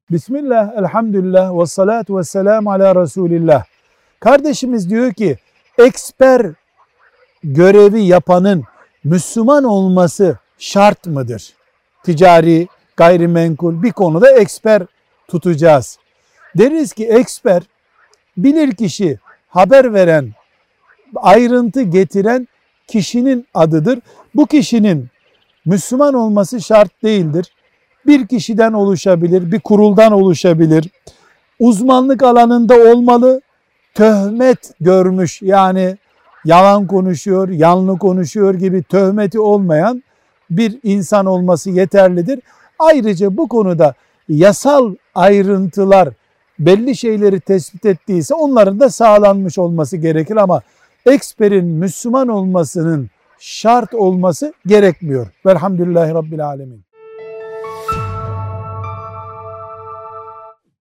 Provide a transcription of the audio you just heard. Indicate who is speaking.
Speaker 1: Bismillah, elhamdülillah, ve salatu ve selamu ala Resulillah. Kardeşimiz diyor ki, eksper görevi yapanın Müslüman olması şart mıdır? Ticari, gayrimenkul bir konuda eksper tutacağız. Deriz ki eksper, bilirkişi, haber veren, ayrıntı getiren kişinin adıdır. Bu kişinin Müslüman olması şart değildir. Bir kişiden oluşabilir, bir kuruldan oluşabilir. Uzmanlık alanında olmalı. Töhmet görmüş, yani yalan konuşuyor, yanlı konuşuyor gibi töhmeti olmayan bir insan olması yeterlidir. Ayrıca bu konuda yasal ayrıntılar, belli şeyleri tespit ettiyse onların da sağlanmış olması gerekir ama eksperin Müslüman olmasının şart olması gerekmiyor. Velhamdülillahi Rabbil Alemin.